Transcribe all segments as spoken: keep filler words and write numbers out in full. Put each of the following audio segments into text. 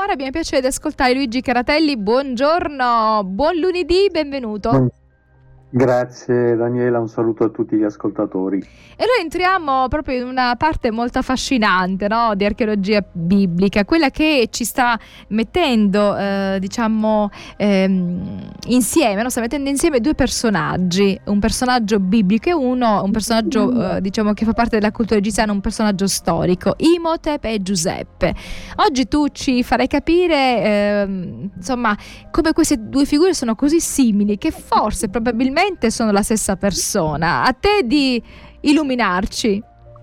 ora abbiamo piacere di ascoltare Luigi Caratelli. Buongiorno, buon lunedì, benvenuto. Buon... Grazie Daniela, un saluto a tutti gli ascoltatori. E noi entriamo proprio in una parte molto affascinante, no, di archeologia biblica, quella che ci sta mettendo, eh, diciamo, ehm, insieme, no? Sta mettendo insieme due personaggi, un personaggio biblico e uno, un personaggio, eh, diciamo, che fa parte della cultura egiziana, un personaggio storico, Imhotep e Giuseppe. Oggi tu ci farai capire, eh, insomma, come queste due figure sono così simili che forse, probabilmente, sono la stessa persona. A te di illuminarci.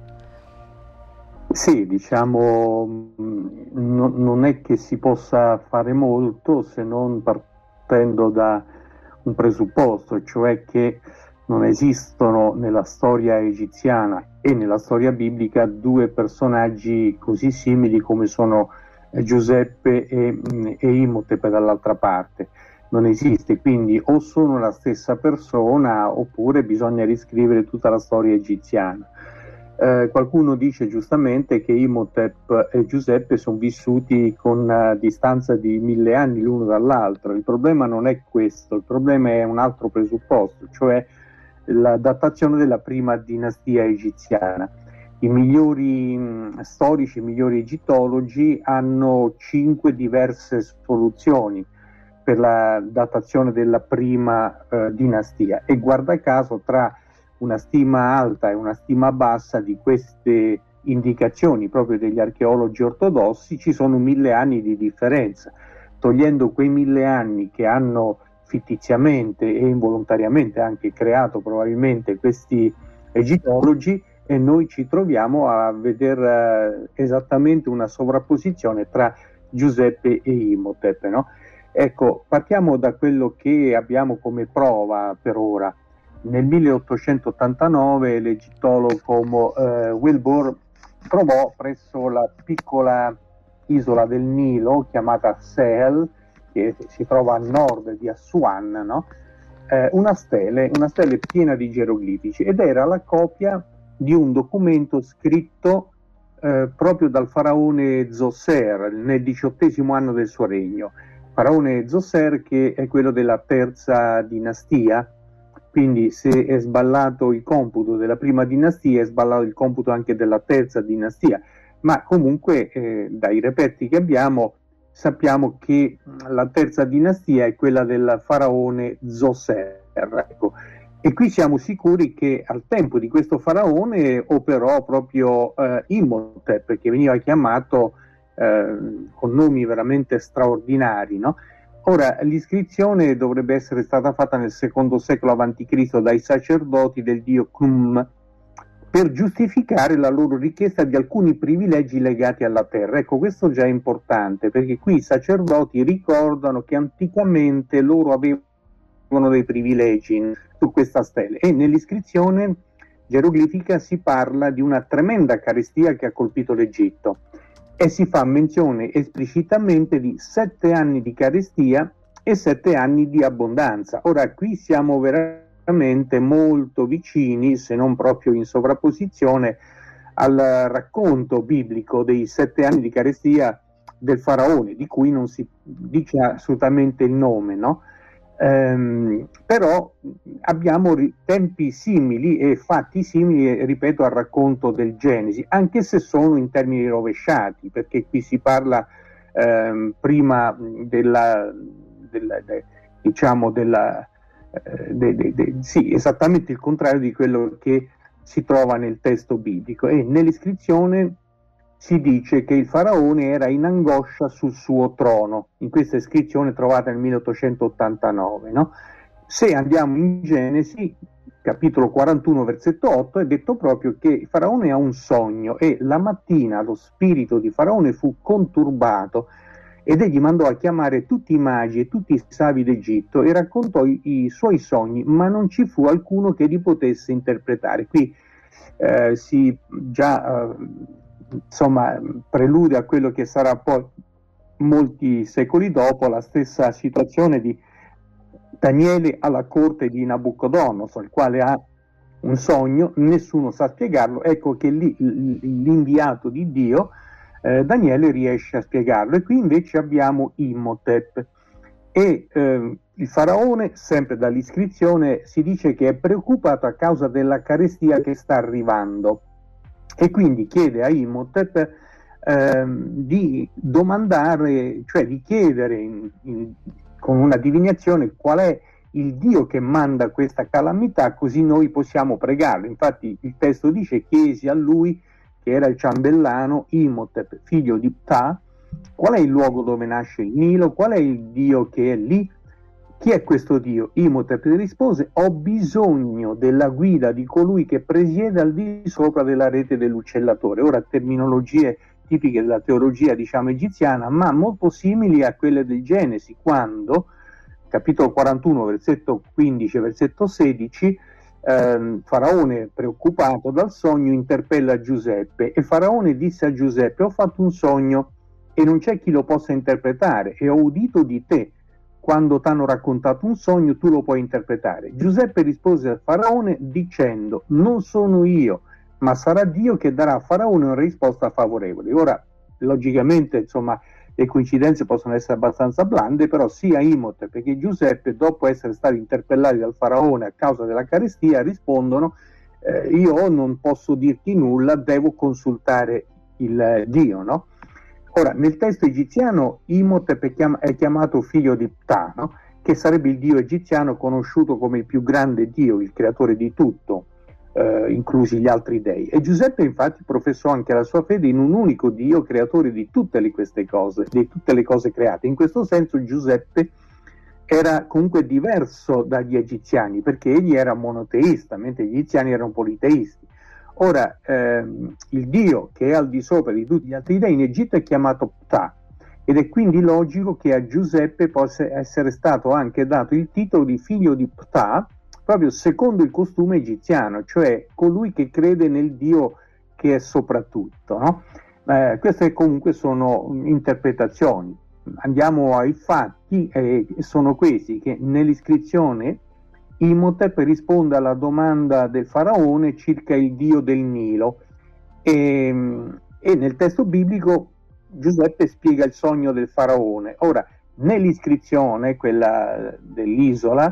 Sì, diciamo, no, non è che si possa fare molto se non partendo da un presupposto, cioè che non esistono nella storia egiziana e nella storia biblica due personaggi così simili come sono Giuseppe e, e Imhotep dall'altra parte. Non esiste, quindi o sono la stessa persona oppure bisogna riscrivere tutta la storia egiziana. Eh, qualcuno dice giustamente che Imhotep e Giuseppe sono vissuti con una distanza di mille anni l'uno dall'altro. Il problema non è questo, il problema è un altro presupposto, cioè la datazione della prima dinastia egiziana. I migliori mh, storici, i migliori egittologi hanno cinque diverse soluzioni per la datazione della prima eh, dinastia e guarda caso tra una stima alta e una stima bassa di queste indicazioni proprio degli archeologi ortodossi ci sono mille anni di differenza. Togliendo quei mille anni che hanno fittiziamente e involontariamente anche creato probabilmente questi egittologi, e noi ci troviamo a vedere eh, esattamente una sovrapposizione tra Giuseppe e Imhotep, no? Ecco, partiamo da quello che abbiamo come prova per ora. Nel milleottocentottantanove l'egittologo eh, Wilbur trovò presso la piccola isola del Nilo chiamata Sehel, che si trova a nord di Assuan, no? eh, una stele, una stele piena di geroglifici, ed era la copia di un documento scritto eh, proprio dal faraone Zoser nel diciottesimo anno del suo regno. Faraone Zoser, che è quello della terza dinastia, quindi se è sballato il computo della prima dinastia è sballato il computo anche della terza dinastia, ma comunque eh, dai reperti che abbiamo sappiamo che la terza dinastia è quella del faraone Zoser, ecco. E qui siamo sicuri che al tempo di questo faraone operò proprio eh, Imhotep, che veniva chiamato Eh, con nomi veramente straordinari, no? Ora, l'iscrizione dovrebbe essere stata fatta nel secondo secolo avanti Cristo dai sacerdoti del dio Khnum per giustificare la loro richiesta di alcuni privilegi legati alla terra. Ecco, questo già è importante, perché qui i sacerdoti ricordano che anticamente loro avevano dei privilegi su questa stele, e nell'iscrizione geroglifica si parla di una tremenda carestia che ha colpito l'Egitto. E si fa menzione esplicitamente di sette anni di carestia e sette anni di abbondanza. Ora, qui siamo veramente molto vicini, se non proprio in sovrapposizione, al racconto biblico dei sette anni di carestia del faraone, di cui non si dice assolutamente il nome, no? Ehm, però abbiamo ri- tempi simili e fatti simili, ripeto, al racconto del Genesi, anche se sono in termini rovesciati, perché qui si parla ehm, prima della, della de, diciamo della eh, de, de, de, sì, esattamente il contrario di quello che si trova nel testo biblico, e nell'iscrizione si dice che il faraone era in angoscia sul suo trono, in questa iscrizione trovata nel milleottocentottantanove, no? Se andiamo in Genesi, capitolo quarantuno, versetto otto, è detto proprio che il faraone ha un sogno e la mattina lo spirito di faraone fu conturbato ed egli mandò a chiamare tutti i magi e tutti i savi d'Egitto e raccontò i, i suoi sogni, ma non ci fu alcuno che li potesse interpretare. Qui eh, si già... Eh, insomma, prelude a quello che sarà poi molti secoli dopo la stessa situazione di Daniele alla corte di Nabucodonosor, il quale ha un sogno, nessuno sa spiegarlo. Ecco che lì l'inviato di Dio eh, Daniele riesce a spiegarlo. E qui invece abbiamo Imhotep e eh, il faraone, sempre dall'iscrizione, si dice che è preoccupato a causa della carestia che sta arrivando e quindi chiede a Imhotep ehm, di domandare, cioè di chiedere in, in, con una divinazione qual è il Dio che manda questa calamità, così noi possiamo pregarlo. Infatti il testo dice: chiesi a lui, che era il ciambellano Imhotep, figlio di Ptah, qual è il luogo dove nasce il Nilo, qual è il Dio che è lì, chi è questo Dio? Imhotep rispose: ho bisogno della guida di colui che presiede al di sopra della rete dell'uccellatore. Ora, terminologie tipiche della teologia, diciamo, egiziana, ma molto simili a quelle del Genesi, quando capitolo quarantuno, versetto quindici, versetto sedici, ehm, Faraone, preoccupato dal sogno, interpella Giuseppe e Faraone disse a Giuseppe: ho fatto un sogno e non c'è chi lo possa interpretare, e ho udito di te. Quando ti hanno raccontato un sogno, tu lo puoi interpretare. Giuseppe rispose a Faraone dicendo: non sono io, ma sarà Dio che darà a Faraone una risposta favorevole. Ora, logicamente, insomma, le coincidenze possono essere abbastanza blande, però sia Imhotep che Giuseppe, dopo essere stati interpellati dal faraone a causa della carestia, rispondono: eh, io non posso dirti nulla, devo consultare il Dio, no? Ora, nel testo egiziano Imhotep è, chiam- è chiamato figlio di Ptah, no? Che sarebbe il dio egiziano conosciuto come il più grande dio, il creatore di tutto, eh, inclusi gli altri dei. E Giuseppe infatti professò anche la sua fede in un unico Dio, creatore di tutte le, queste cose, di tutte le cose create. In questo senso Giuseppe era comunque diverso dagli egiziani, perché egli era monoteista, mentre gli egiziani erano politeisti. Ora, ehm, il Dio che è al di sopra di tutti gli altri dei in Egitto è chiamato Ptah, ed è quindi logico che a Giuseppe possa essere stato anche dato il titolo di figlio di Ptah, proprio secondo il costume egiziano, cioè colui che crede nel Dio che è sopra tutto, no? Eh, queste comunque sono interpretazioni. Andiamo ai fatti, eh, sono questi, che nell'iscrizione Imhotep risponde alla domanda del faraone circa il dio del Nilo e, e nel testo biblico Giuseppe spiega il sogno del faraone. Ora, nell'iscrizione, quella dell'isola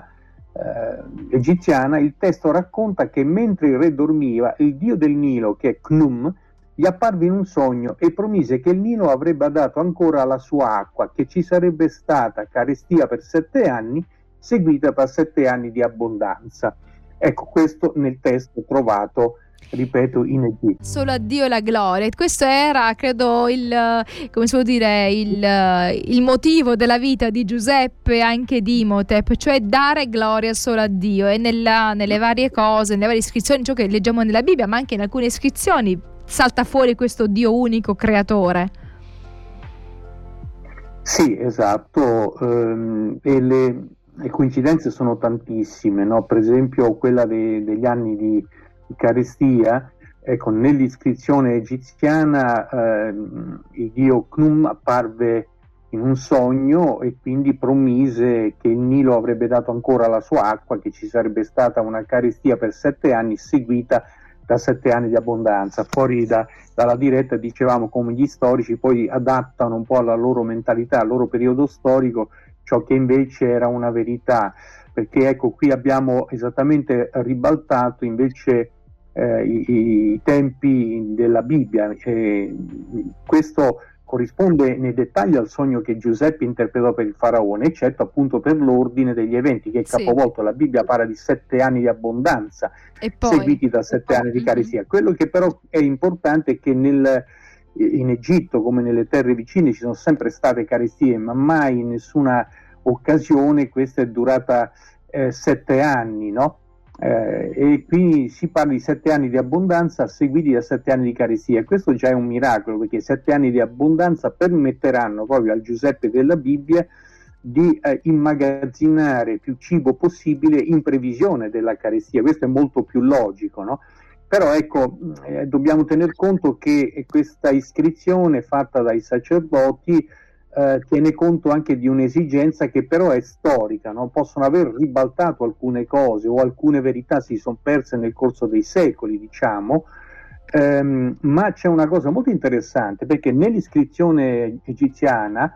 eh, egiziana, il testo racconta che mentre il re dormiva, il dio del Nilo, che è Khnum, gli apparve in un sogno e promise che il Nilo avrebbe dato ancora la sua acqua, che ci sarebbe stata carestia per sette anni, seguita da sette anni di abbondanza. Ecco, questo nel testo trovato, ripeto, in Egitto. Solo a Dio la gloria. Questo era, credo, il, come si può dire, il, il motivo della vita di Giuseppe, anche di Imhotep, cioè dare gloria solo a Dio. E nella, nelle varie cose, nelle varie iscrizioni, ciò che leggiamo nella Bibbia, ma anche in alcune iscrizioni, salta fuori questo Dio unico creatore. Sì, esatto. Ehm, e le Le coincidenze sono tantissime, no? Per esempio quella de- degli anni di, di carestia, ecco, nell'iscrizione egiziana eh, il dio Khnum apparve in un sogno e quindi promise che il Nilo avrebbe dato ancora la sua acqua, che ci sarebbe stata una carestia per sette anni seguita da sette anni di abbondanza. Fuori da, dalla diretta dicevamo come gli storici poi adattano un po' alla loro mentalità, al loro periodo storico, ciò che invece era una verità, perché ecco, qui abbiamo esattamente ribaltato invece eh, i, i tempi della Bibbia. Eh, questo corrisponde nei dettagli al sogno che Giuseppe interpretò per il faraone, eccetto appunto per l'ordine degli eventi, che è Sì. capovolto. La Bibbia parla di sette anni di abbondanza, E poi, seguiti da sette poi, anni di carestia. Mm-hmm. Quello che però è importante è che nel in Egitto, come nelle terre vicine, ci sono sempre state carestie, ma mai in nessuna occasione questa è durata eh, sette anni, no? Eh, e qui si parla di sette anni di abbondanza seguiti da sette anni di carestia. Questo già è un miracolo, perché sette anni di abbondanza permetteranno proprio al Giuseppe della Bibbia di eh, immagazzinare più cibo possibile in previsione della carestia. Questo è molto più logico, no? Però ecco, eh, dobbiamo tener conto che questa iscrizione fatta dai sacerdoti eh, tiene conto anche di un'esigenza che però è storica, no? Possono aver ribaltato alcune cose o alcune verità si sono perse nel corso dei secoli, diciamo, ehm, ma c'è una cosa molto interessante, perché nell'iscrizione egiziana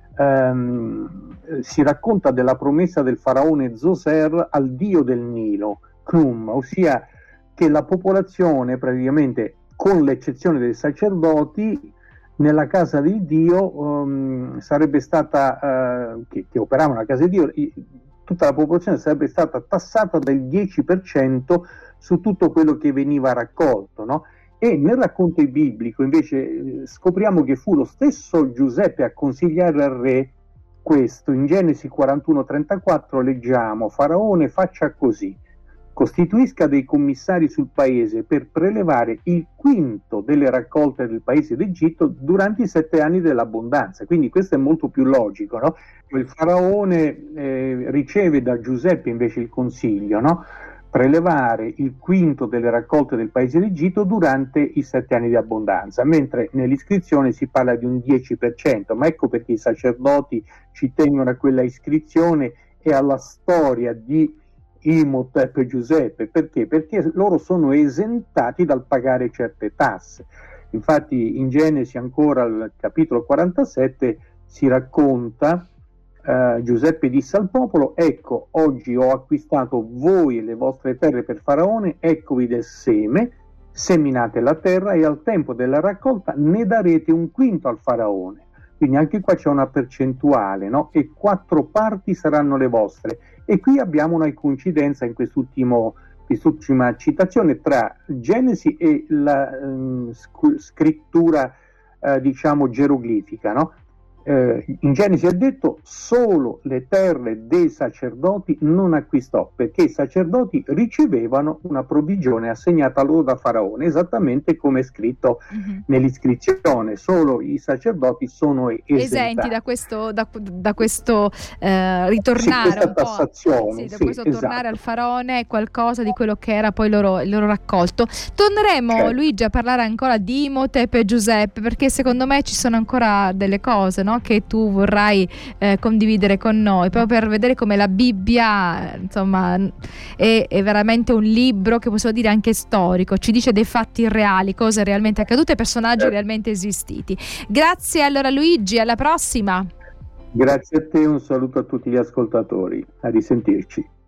ehm, si racconta della promessa del faraone Zoser al dio del Nilo, Khnum, ossia che la popolazione praticamente, con l'eccezione dei sacerdoti, nella casa di Dio um, sarebbe stata, uh, che, che operavano nella casa di Dio, i, tutta la popolazione sarebbe stata tassata del dieci per cento su tutto quello che veniva raccolto, no? E nel racconto biblico invece eh, scopriamo che fu lo stesso Giuseppe a consigliare al re questo. In Genesi quarantuno trentaquattro leggiamo: Faraone faccia così, costituisca dei commissari sul paese per prelevare il quinto delle raccolte del paese d'Egitto durante i sette anni dell'abbondanza. Quindi questo è molto più logico, no? Il faraone eh, riceve da Giuseppe invece il consiglio, no? Prelevare il quinto delle raccolte del paese d'Egitto durante i sette anni di abbondanza, mentre nell'iscrizione si parla di un dieci per cento, ma ecco perché i sacerdoti ci tengono a quella iscrizione e alla storia di Imhotep e Giuseppe. Perché? Perché loro sono esentati dal pagare certe tasse. Infatti in Genesi, ancora al capitolo quarantasette, si racconta Uh, Giuseppe disse al popolo: ecco, oggi ho acquistato voi e le vostre terre per Faraone, eccovi del seme, seminate la terra e al tempo della raccolta ne darete un quinto al Faraone. Quindi anche qua c'è una percentuale, no? E quattro parti saranno le vostre. E qui abbiamo una coincidenza in quest'ultimo, quest'ultima citazione tra Genesi e la um, sc- scrittura uh, diciamo geroglifica, no? Eh, in Genesi è detto: solo le terre dei sacerdoti non acquistò, perché i sacerdoti ricevevano una provvigione assegnata loro da Faraone, esattamente come è scritto uh-huh. nell'iscrizione. Solo i sacerdoti sono esentati. esenti da questo, da, da questo eh, ritornare sì, questa un po', tassazione, sì, da sì, questo esatto. tornare al Faraone qualcosa di quello che era poi il loro, il loro raccolto. Torneremo, certo. Luigi, a parlare ancora di Imhotep e Giuseppe, perché secondo me ci sono ancora delle cose, no, che tu vorrai eh, condividere con noi, proprio per vedere come la Bibbia, insomma, è, è veramente un libro che possiamo dire anche storico, ci dice dei fatti reali, cose realmente accadute, personaggi eh. realmente esistiti. Grazie allora Luigi, alla prossima. Grazie a te, un saluto a tutti gli ascoltatori, a risentirci.